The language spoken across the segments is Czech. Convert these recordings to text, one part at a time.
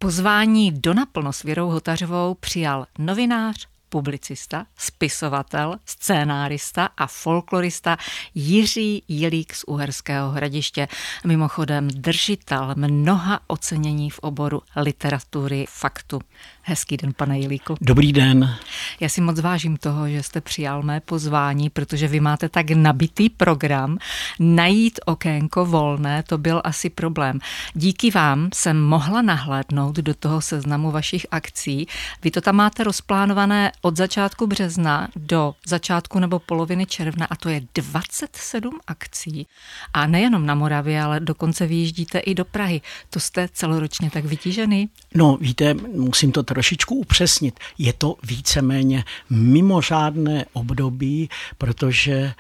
Pozvání do Naplno s Věrou Hotařovou přijal novinář, publicista, spisovatel, scénárista a folklorista Jiří Jilík z Uherského Hradiště. Mimochodem držitel mnoha ocenění v oboru literatury faktu. Hezký den, pane Jilíku. Dobrý den. Já si moc vážím toho, že jste přijal mé pozvání, protože vy máte tak nabitý program. Najít okénko volné, to byl asi problém. Díky vám jsem mohla nahlédnout do toho seznamu vašich akcí. Vy to tam máte rozplánované od začátku března do začátku nebo poloviny června a to je 27 akcí. A nejenom na Moravě, ale dokonce vyjíždíte i do Prahy. To jste celoročně tak vytížený? No, víte, musím to trošičku upřesnit. Je to víceméně mimořádné období, protože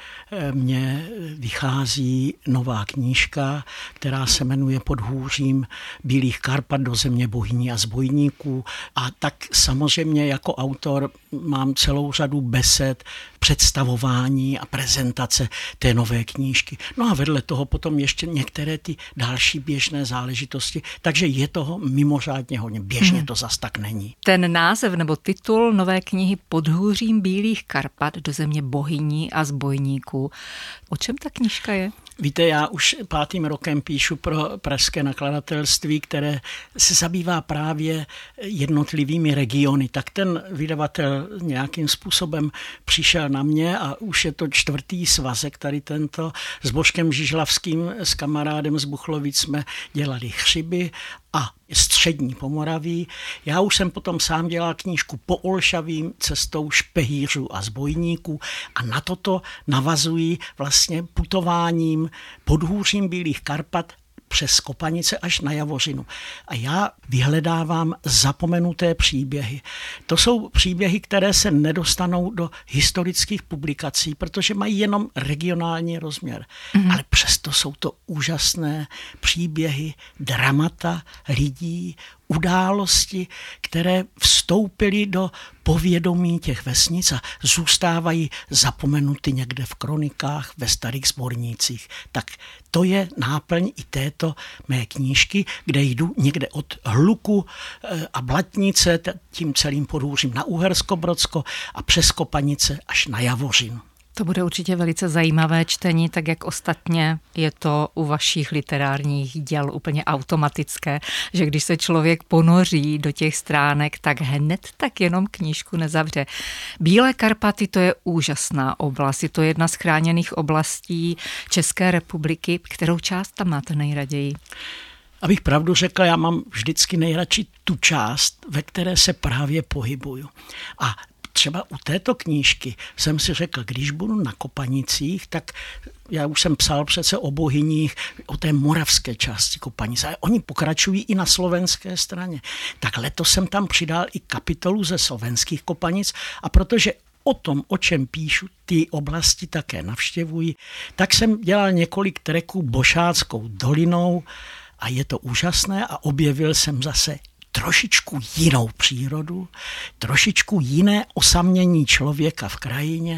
mně vychází nová knížka, která se jmenuje Pod hůřím Bílých Karpat do země bohyní a zbojníků. A tak samozřejmě jako autor mám celou řadu besed, představování a prezentace té nové knížky. No a vedle toho potom ještě některé ty další běžné záležitosti, takže je toho mimořádně hodně. Běžně to zas tak není. Ten název nebo titul nové knihy Pod hůřím Bílých Karpat do země bohyní a zbojníků. O čem ta knížka je? Víte, já už 5. rokem píšu pro pražské nakladatelství, které se zabývá právě jednotlivými regiony. Tak ten vydavatel nějakým způsobem přišel na mě a už je to 4. svazek tady tento. S Božkem Žižlavským, s kamarádem z Buchlovic jsme dělali Chřiby a střední Pomoraví. Já už jsem potom sám dělal knížku Po Olšavím cestou špehýřů a zbojníků a na toto navazují vlastně putováním pod hůřím Bílých Karpat přes Kopanice až na Javořinu. A já vyhledávám zapomenuté příběhy. To jsou příběhy, které se nedostanou do historických publikací, protože mají jenom regionální rozměr. Ale přesto jsou to úžasné příběhy, dramata lidí, události, které vstoupily do povědomí těch vesnic a zůstávají zapomenuty někde v kronikách, ve starých sbornících. Tak to je náplň i této mé knížky, kde jdu někde od Hluku a Blatnice, tím celým podhůřím na Uhersko-Brodsko a přes Kopanice až na Javořinu. To bude určitě velice zajímavé čtení, tak jak ostatně je to u vašich literárních děl úplně automatické, že když se člověk ponoří do těch stránek, tak hned tak jenom knížku nezavře. Bílé Karpaty, to je úžasná oblast, je to jedna z chráněných oblastí České republiky. Kterou část tam máte nejraději? Abych pravdu řekl, já mám vždycky nejradši tu část, ve které se právě pohybuju. A třeba u této knížky jsem si řekl, když budu na Kopanicích, tak já už jsem psal přece o bohyních, o té moravské části Kopanic. A oni pokračují i na slovenské straně. Tak letos jsem tam přidal i kapitolu ze slovenských Kopanic a protože o tom, o čem píšu, ty oblasti také navštěvuji, tak jsem dělal několik tracků Bošáckou dolinou a je to úžasné a objevil jsem zase trošičku jinou přírodu, trošičku jiné osamění člověka v krajině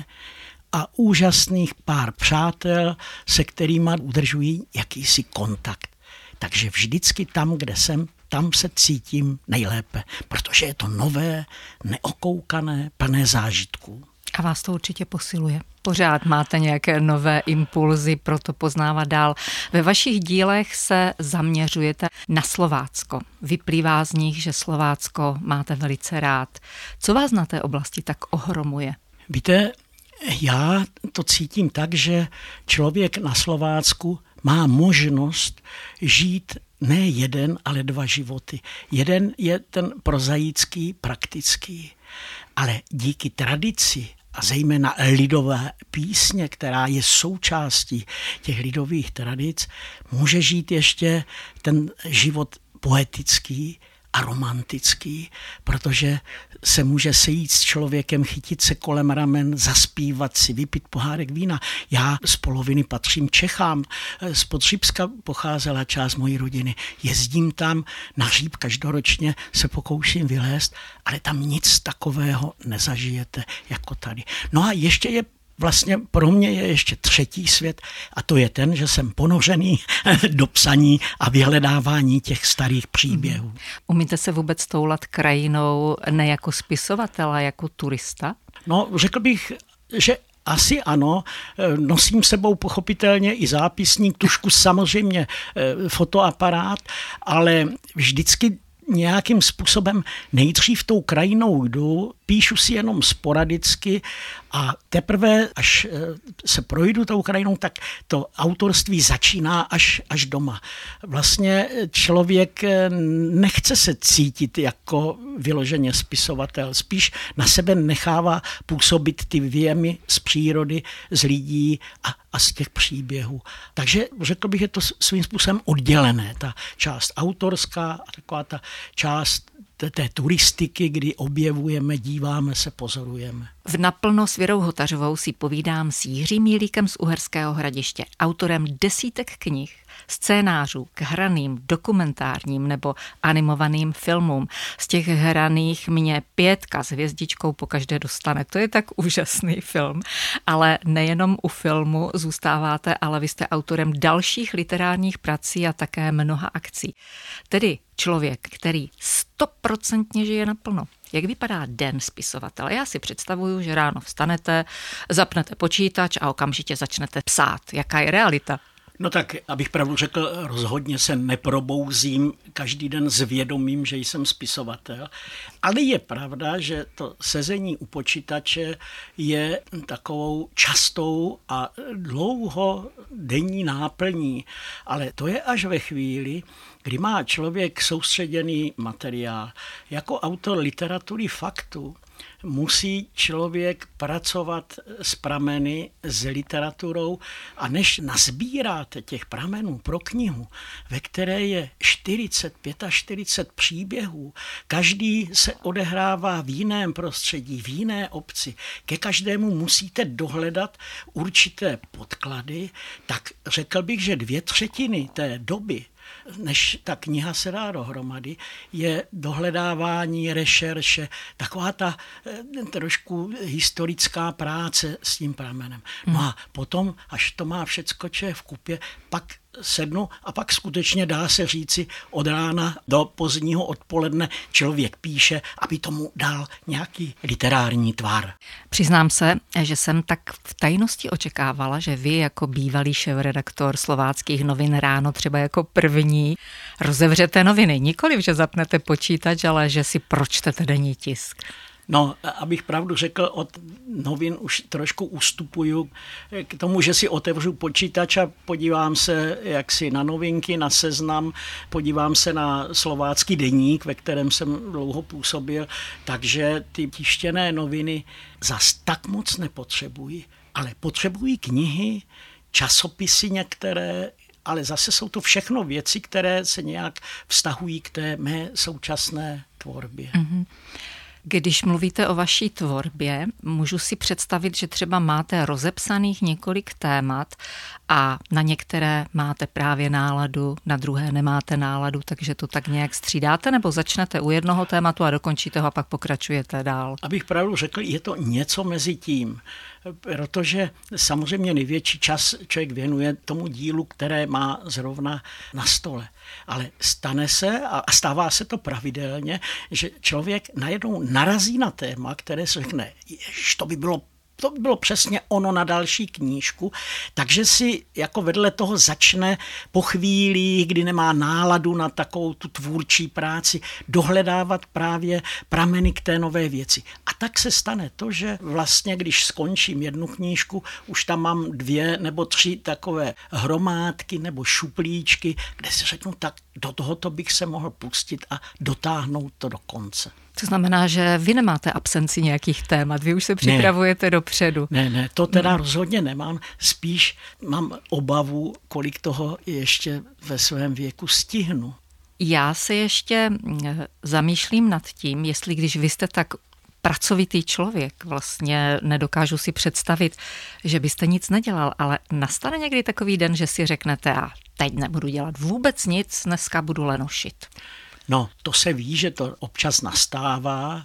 a úžasných pár přátel, se kterými udržují jakýsi kontakt. Takže vždycky tam, kde jsem, tam se cítím nejlépe, protože je to nové, neokoukané, plné zážitků. A vás to určitě posiluje. Pořád máte nějaké nové impulzy pro to poznávat dál. Ve vašich dílech se zaměřujete na Slovácko. Vyplývá z nich, že Slovácko máte velice rád. Co vás na té oblasti tak ohromuje? Víte, já to cítím tak, že člověk na Slovácku má možnost žít ne jeden, ale 2 životy. Jeden je ten prozaický, praktický, ale díky tradici a zejména lidové písně, která je součástí těch lidových tradic, může žít ještě ten život poetický a romantický, protože se může sejít s člověkem, chytit se kolem ramen, zaspívat si, vypít pohárek vína. Já z poloviny patřím Čechám, z Podřípska pocházela část mojí rodiny. Jezdím tam na hříb, každoročně se pokouším vylézt, ale tam nic takového nezažijete jako tady. No a ještě je vlastně pro mě je ještě třetí svět a to je ten, že jsem ponořený do psaní a vyhledávání těch starých příběhů. Umíte se vůbec toulat krajinou ne jako spisovatel, ale jako turista? No, řekl bych, že asi ano, nosím sebou pochopitelně i zápisník, tužku, samozřejmě fotoaparát, ale vždycky nějakým způsobem nejdřív tou krajinou jdu, píšu si jenom sporadicky a teprve, až se projdu tou krajinou, tak to autorství začíná až doma. Vlastně člověk nechce se cítit jako vyloženě spisovatel, spíš na sebe nechává působit ty věmy z přírody, z lidí a z těch příběhů. Takže řekl bych, je to svým způsobem oddělené, ta část autorská a taková ta část té turistiky, kdy objevujeme, díváme se, pozorujeme. V Naplno s Věrou Hotařovou si povídám s Jiřím Mílíkem z Uherského Hradiště, autorem desítek knih, scénářů k hraným, dokumentárním nebo animovaným filmům. Z těch hraných mě 5 s hvězdičkou pokaždé dostane. To je tak úžasný film. Ale nejenom u filmu zůstáváte, ale vy jste autorem dalších literárních prací a také mnoha akcí. Tedy člověk, který 100% žije naplno. Jak vypadá den spisovatele? Já si představuju, že ráno vstanete, zapnete počítač a okamžitě začnete psát. Jaká je realita? No tak, abych pravdu řekl, rozhodně se neprobouzím každý den s vědomím, že jsem spisovatel, ale je pravda, že to sezení u počítače je takovou častou a dlouhodenní náplní, ale to je až ve chvíli, kdy má člověk soustředěný materiál. Jako autor literatury faktu musí člověk pracovat s prameny, s literaturou a než nazbíráte těch pramenů pro knihu, ve které je 40-45 příběhů, každý se odehrává v jiném prostředí, v jiné obci, ke každému musíte dohledat určité podklady, tak řekl bych, že 2/3 té doby, než ta kniha se dá dohromady, je dohledávání, rešerše, taková ta trošku historická práce s tím pramenem. No a potom, až to má všecko v kupě, pak sednu a pak skutečně dá se říci od rána do pozdního odpoledne člověk píše, aby tomu dal nějaký literární tvar. Přiznám se, že jsem tak v tajnosti očekávala, že vy jako bývalý šéfredaktor Slováckých novin ráno třeba jako první rozevřete noviny. Nikoliv, že zapnete počítač, ale že si pročtete denní tisk. No, abych pravdu řekl, od novin už trošku ustupuju k tomu, že si otevřu počítač a podívám se jaksi na novinky, na Seznam, podívám se na Slovácký deník, ve kterém jsem dlouho působil, takže ty tištěné noviny zas tak moc nepotřebuji, ale potřebují knihy, časopisy některé, ale zase jsou to všechno věci, které se nějak vztahují k té mé současné tvorbě. Mm-hmm. Když mluvíte o vaší tvorbě, můžu si představit, že třeba máte rozepsaných několik témat a na některé máte právě náladu, na druhé nemáte náladu, takže to tak nějak střídáte, nebo začnete u jednoho tématu a dokončíte ho a pak pokračujete dál? Abych pravdu řekl, je to něco mezi tím, protože samozřejmě největší čas člověk věnuje tomu dílu, které má zrovna na stole. Ale stane se a stává se to pravidelně, že člověk najednou narazí na téma, které se řekne, to by bylo přesně ono na další knížku, takže si jako vedle toho začne po chvíli, kdy nemá náladu na takovou tu tvůrčí práci, dohledávat právě prameny k té nové věci. A tak se stane to, že vlastně, když skončím jednu knížku, už tam mám 2 nebo 3 takové hromádky nebo šuplíčky, kde si řeknu, tak do tohoto bych se mohl pustit a dotáhnout to do konce. To znamená, že vy nemáte absenci nějakých témat, vy už se připravujete dopředu. Ne, to teda rozhodně nemám, spíš mám obavu, kolik toho ještě ve svém věku stihnu. Já se ještě zamýšlím nad tím, jestli když vy jste tak pracovitý člověk, vlastně nedokážu si představit, že byste nic nedělal, ale nastane někdy takový den, že si řeknete, a teď nebudu dělat vůbec nic, dneska budu lenošit. No, to se ví, že to občas nastává.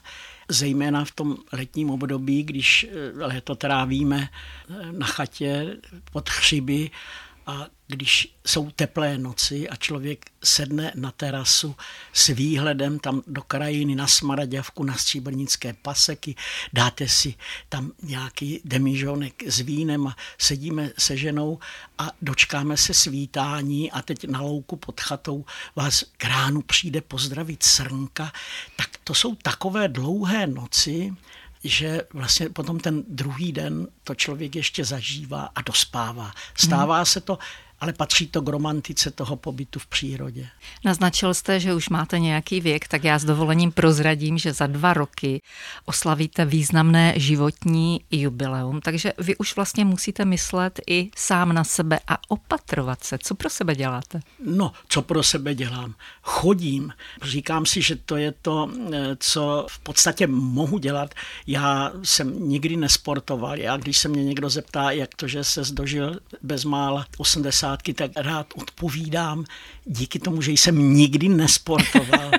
zejména v tom letním období, když léto trávíme na chatě pod hřiby a když jsou teplé noci a člověk sedne na terasu s výhledem tam do krajiny na Smaraďavku, na Stříbrnické paseky, dáte si tam nějaký demižonek s vínem a sedíme se ženou a dočkáme se svítání a teď na louku pod chatou vás k ránu přijde pozdravit srnka, tak to jsou takové dlouhé noci, že vlastně potom ten druhý den to člověk ještě zažívá a dospává. Stává se to, ale patří to k romantice toho pobytu v přírodě. Naznačil jste, že už máte nějaký věk, tak já s dovolením prozradím, že za 2 roky oslavíte významné životní jubileum, takže vy už vlastně musíte myslet i sám na sebe a opatrovat se. Co pro sebe děláte? No, co pro sebe dělám? Chodím. Říkám si, že to je to, co v podstatě mohu dělat. Já jsem nikdy nesportoval. Já, když se mě někdo zeptá, jak to, že se dožil bezmála 80, tak rád odpovídám díky tomu, že jsem nikdy nesportoval.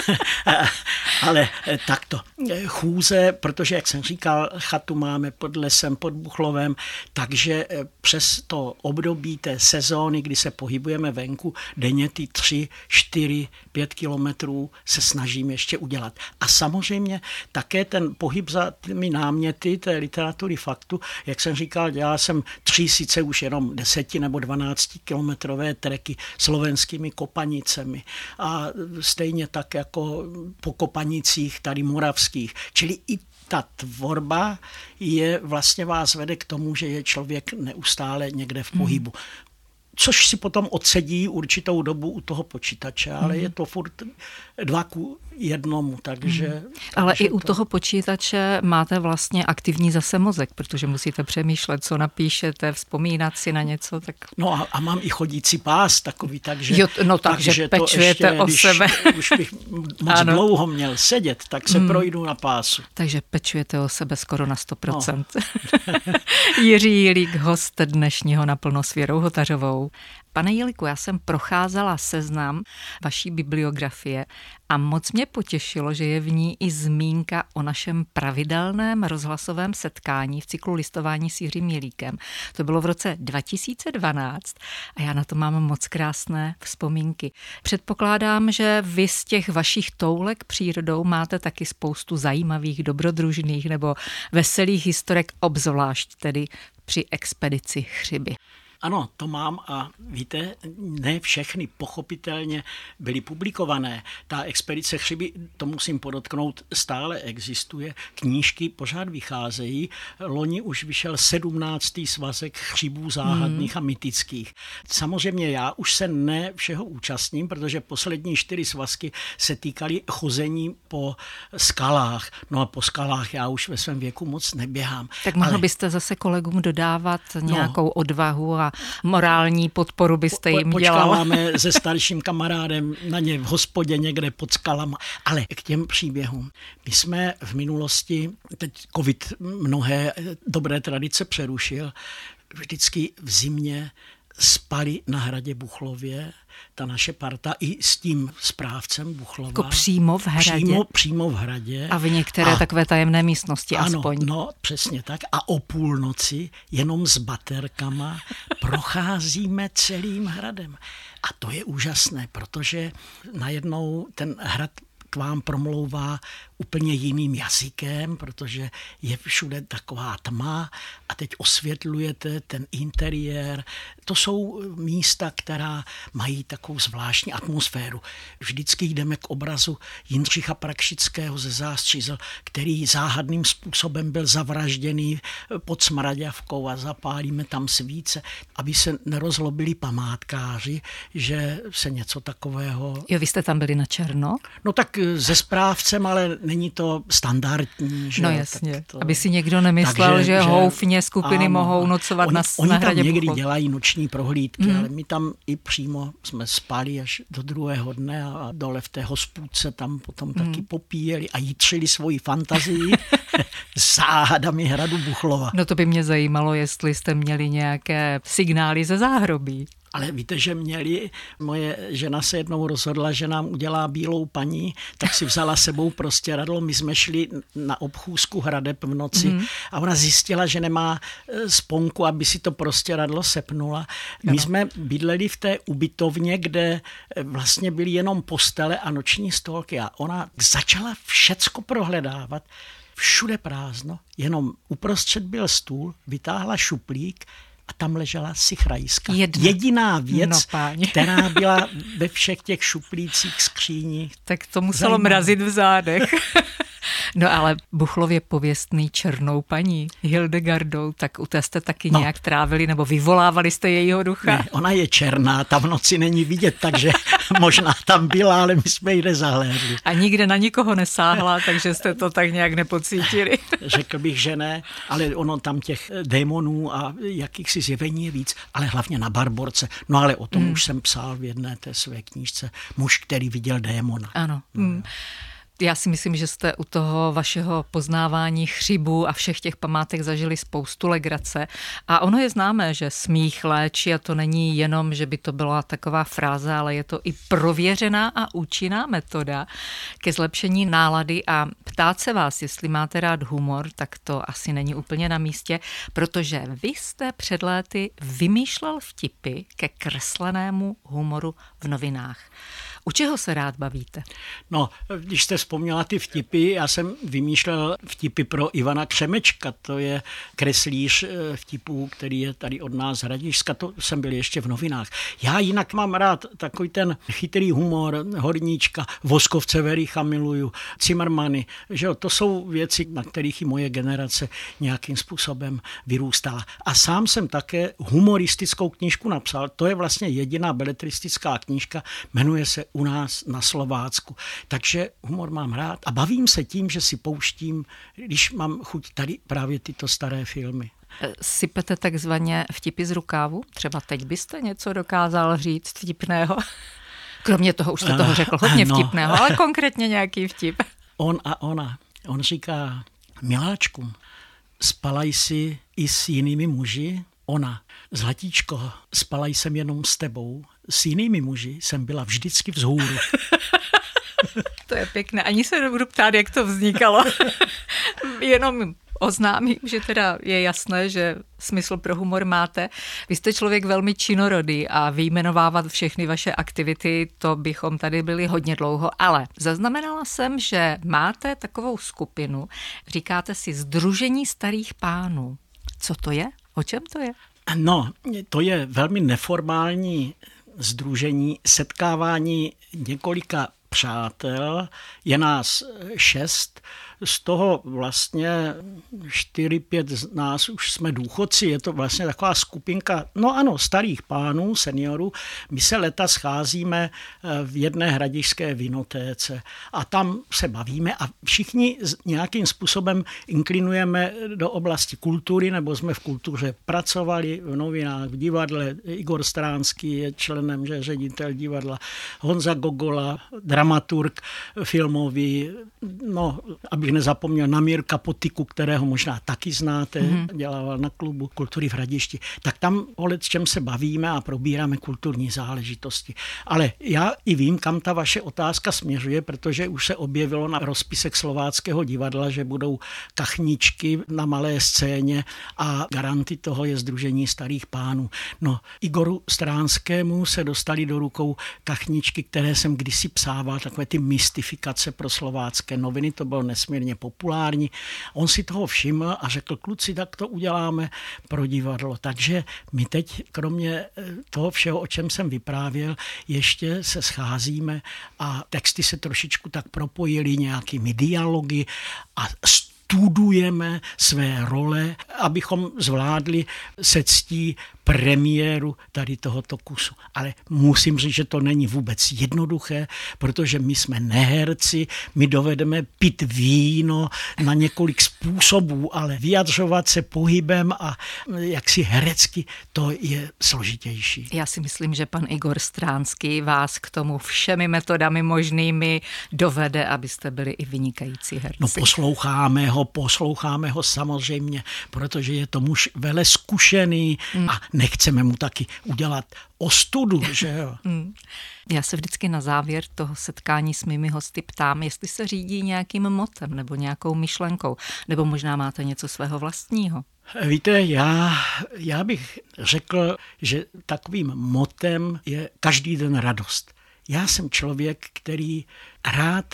Ale takto. Chůze, protože, jak jsem říkal, chatu máme pod lesem, pod Buchlovem, takže přes to období té sezóny, kdy se pohybujeme venku, denně ty 3, 4, 5 kilometrů se snažím ještě udělat. A samozřejmě také ten pohyb za těmi náměty té literatury faktu, jak jsem říkal, dělal jsem 3 sice už jenom 10 nebo 12 kilometrové treky slovenskými kopanicemi a stejně tak jako po kopanicích tady moravských. Čili i ta tvorba je vlastně vás vede k tomu, že je člověk neustále někde v pohybu. Což si potom odsedí určitou dobu u toho počítače, ale je to furt 2:1, takže... Ale takže i u toho počítače máte vlastně aktivní zase mozek, protože musíte přemýšlet, co napíšete, vzpomínat si na něco. Tak... No a mám i chodící pás takový, takže... Jo, no takže pečujete ještě, o sebe. Už bych moc dlouho měl sedět, tak se projdu na pásu. Takže pečujete o sebe skoro na 100%. No. Jiří Jilík, host dnešního Naplno s Věrou Hotařovou. Pane Jiliku, já jsem procházela seznam vaší bibliografie a moc mě potěšilo, že je v ní i zmínka o našem pravidelném rozhlasovém setkání v cyklu Listování s Jiřím Jilíkem. To bylo v roce 2012 a já na to mám moc krásné vzpomínky. Předpokládám, že vy z těch vašich toulek přírodou máte taky spoustu zajímavých, dobrodružných nebo veselých historek, obzvlášť tedy při expedici Hřiby. Ano, to mám a víte, ne všechny pochopitelně byly publikované. Ta expedice Hřiby, to musím podotknout, stále existuje. Knížky pořád vycházejí. Loni už vyšel 17. svazek hřibů záhadných a mytických. Samozřejmě já už se ne všeho účastním, protože poslední 4 svazky se týkaly chození po skalách. No a po skalách já už ve svém věku moc neběhám. Tak mohl byste zase kolegům dodávat nějakou odvahu a morální podporu byste jim dělal. Počkáváme se starším kamarádem na ně v hospodě někde pod skalama. Ale k těm příběhům. My jsme v minulosti, teď covid mnohé dobré tradice přerušil, vždycky v zimě spali na hradě Buchlově, ta naše parta i s tím správcem Buchlova. Jako přímo v hradě? Přímo v hradě. A v některé takové tajemné místnosti aspoň. Ano, no přesně tak. A o půlnoci jenom s baterkama procházíme celým hradem. A to je úžasné, protože najednou ten hrad k vám promlouvá úplně jiným jazykem, protože je všude taková tma a teď osvětlujete ten interiér. To jsou místa, která mají takovou zvláštní atmosféru. Vždycky jdeme k obrazu Jindřicha Prakšického ze Zástřizel, který záhadným způsobem byl zavražděný pod Smaraďavkou a zapálíme tam svíce, aby se nerozlobili památkáři, že se něco takového... Jo, vy jste tam byli na černo? No tak se správcem, ale není to standardní. Že? No jasně, to... aby si někdo nemyslel, že houfně skupiny mohou nocovat na hradě Oni tam někdy Buchlov. Dělají noční prohlídky, ale my tam i přímo jsme spali až do druhého dne a dole v té hospůdce tam potom taky popíjeli a jitřili svoji fantazii s záhadami hradu Buchlova. No to by mě zajímalo, jestli jste měli nějaké signály ze záhrobí. Ale víte, že moje žena se jednou rozhodla, že nám udělá bílou paní, tak si vzala sebou prostěradlo. My jsme šli na obchůzku Hradeb v noci a ona zjistila, že nemá sponku, aby si to prostěradlo sepnula. My jsme bydleli v té ubytovně, kde vlastně byly jenom postele a noční stolky a ona začala všecko prohledávat. Všude prázdno, jenom uprostřed byl stůl, vytáhla šuplík a tam ležela sichrajska. Jediná věc, která byla ve všech těch šuplících, skříních. Tak to muselo mrazit v zádech. No ale Buchlově pověstný černou paní Hildegardou, tak u té jste taky nějak trávili, nebo vyvolávali jste jejího ducha? Ne, ona je černá, ta v noci není vidět, takže možná tam byla, ale my jsme ji nezahlédli. A nikde na nikoho nesáhla, takže jste to tak nějak nepocítili? Řekl bych, že ne, ale ono tam těch démonů a jakýchsi zjevení je víc, ale hlavně na Barborce. No ale o tom už jsem psal v jedné té své knížce. Muž, který viděl démona. Ano. Já si myslím, že jste u toho vašeho poznávání chřibu a všech těch památek zažili spoustu legrace. A ono je známé, že smích léčí a to není jenom, že by to byla taková fráze, ale je to i prověřená a účinná metoda ke zlepšení nálady. A ptát se vás, jestli máte rád humor, tak to asi není úplně na místě, protože vy jste před léty vymýšlel vtipy ke kreslenému humoru v novinách. U čeho se rád bavíte? No, když jste vzpomněla ty vtipy, já jsem vymýšlel vtipy pro Ivana Křemečka, to je kreslíř vtipů, který je tady od nás z Hradišťska, to jsem byl ještě v novinách. Já jinak mám rád takový ten chytrý humor, Horníčka, Voskovce Vericha miluju, Cimrmany, že jo, to jsou věci, na kterých i moje generace nějakým způsobem vyrůstala. A sám jsem také humoristickou knížku napsal, to je vlastně jediná beletristická knížka, jmenuje se U nás na Slovácku. Takže humor mám rád a bavím se tím, že si pouštím, když mám chuť tady právě tyto staré filmy. Sypete takzvaně vtipy z rukávu? Třeba teď byste něco dokázal říct vtipného? Kromě toho, už jste toho řekl hodně vtipného, ale konkrétně nějaký vtip. On a ona. On říká, miláčku, spala jsi i s jinými muži? Ona, zlatíčko, spala jsem jenom s tebou. S jinými muži jsem byla vždycky vzhůru. To je pěkné. Ani se nebudu ptát, jak to vznikalo. Jenom oznámím, že teda je jasné, že smysl pro humor máte. Vy jste člověk velmi činorodý a vyjmenovávat všechny vaše aktivity, to bychom tady byli hodně dlouho, ale zaznamenala jsem, že máte takovou skupinu, říkáte si Sdružení starých pánů. Co to je? O čem to je? No, to je velmi neformální sdružení, setkávání několika přátel, je nás 6, z toho vlastně 4-5 z nás už jsme důchodci, je to vlastně taková skupinka, no ano, starých pánů, seniorů. My se leta scházíme v jedné hradišťské vinotéce a tam se bavíme a všichni nějakým způsobem inklinujeme do oblasti kultury, nebo jsme v kultuře pracovali, v novinách, v divadle. Igor Stránský je členem, že ředitel divadla, Honza Gogola, dramaturg filmový, no, abych nezapomněl na Mirka Potiku, kterého možná taky znáte, dělával na klubu kultury v Hradišti. Tak tam o čem se bavíme a probíráme kulturní záležitosti. Ale já i vím, kam ta vaše otázka směřuje, protože už se objevilo na rozpisech Slováckého divadla, že budou kachničky na malé scéně a garanty toho je Sdružení starých pánů. No, Igoru Stránskému se dostali do rukou kachničky, které jsem kdysi psával, takové ty mystifikace pro slovácké noviny, to bylo nesmírně populární. On si toho všiml a řekl, kluci, tak to uděláme pro divadlo. Takže my teď, kromě toho všeho, o čem jsem vyprávěl, ještě se scházíme a texty se trošičku tak propojily nějakými dialogy a studujeme své role, abychom zvládli se ctí premiéru tady tohoto kusu. Ale musím říct, že to není vůbec jednoduché, protože my jsme neherci, my dovedeme pít víno na několik způsobů, ale vyjadřovat se pohybem a jaksi herecky, to je složitější. Já si myslím, že pan Igor Stránský vás k tomu všemi metodami možnými dovede, abyste byli i vynikající herci. No posloucháme ho samozřejmě, protože je to muž veleskušený a nechceme mu taky udělat ostudu, že jo. Já se vždycky na závěr toho setkání s mými hosty ptám, jestli se řídí nějakým motem nebo nějakou myšlenkou, nebo možná máte něco svého vlastního. Víte, já bych řekl, že takovým motem je každý den radost. Já jsem člověk, který rád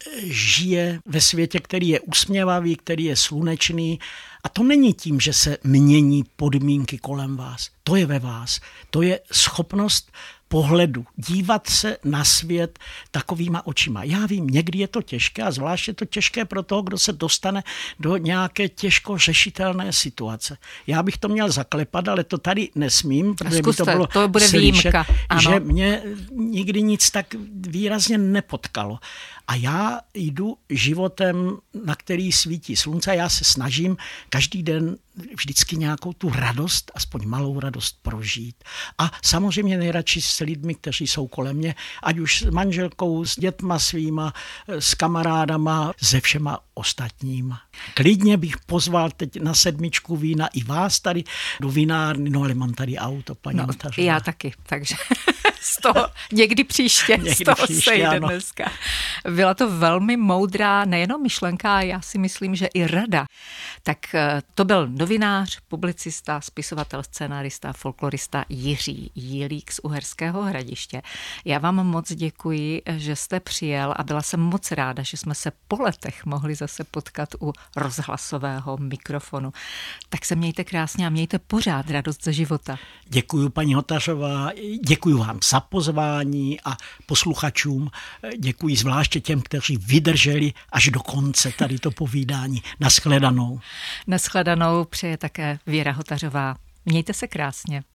žije ve světě, který je usměvavý, který je slunečný. A to není tím, že se mění podmínky kolem vás. To je ve vás. To je schopnost pohledu, dívat se na svět takovýma očima. Já vím, někdy je to těžké a zvláště je to těžké pro toho, kdo se dostane do nějaké těžko řešitelné situace. Já bych to měl zaklepat, ale to tady nesmím, protože by to bylo to bude slyšet, výjimka. Ano. Že mě nikdy nic tak výrazně nepotkalo. A já jdu životem, na který svítí slunce a já se snažím každý den vždycky nějakou tu radost, aspoň malou radost prožít. A samozřejmě nejradši s lidmi, kteří jsou kolem mě, ať už s manželkou, s dětma svýma, s kamarádama, se všema ostatníma. Klidně bych pozval teď na 7 vína i vás tady do vinárny, no ale mám tady auto, paní Notařová. Já taky, takže z toho někdy příště sejde ano. Dneska. Byla to velmi moudrá nejenom myšlenka, já si myslím, že i rada. Tak to byl novinář, publicista, spisovatel, scenárista, folklorista Jiří Jílík z Uherského Hradiště. Já vám moc děkuji, že jste přijel a byla jsem moc ráda, že jsme se po letech mohli zase potkat u rozhlasového mikrofonu. Tak se mějte krásně a mějte pořád radost ze života. Děkuji, paní Hotařová, děkuji vám za pozvání a posluchačům děkuji zvláště těm, kteří vydrželi až do konce tady to povídání. Nashledanou. Nashledanou přeje také Věra Hotařová. Mějte se krásně.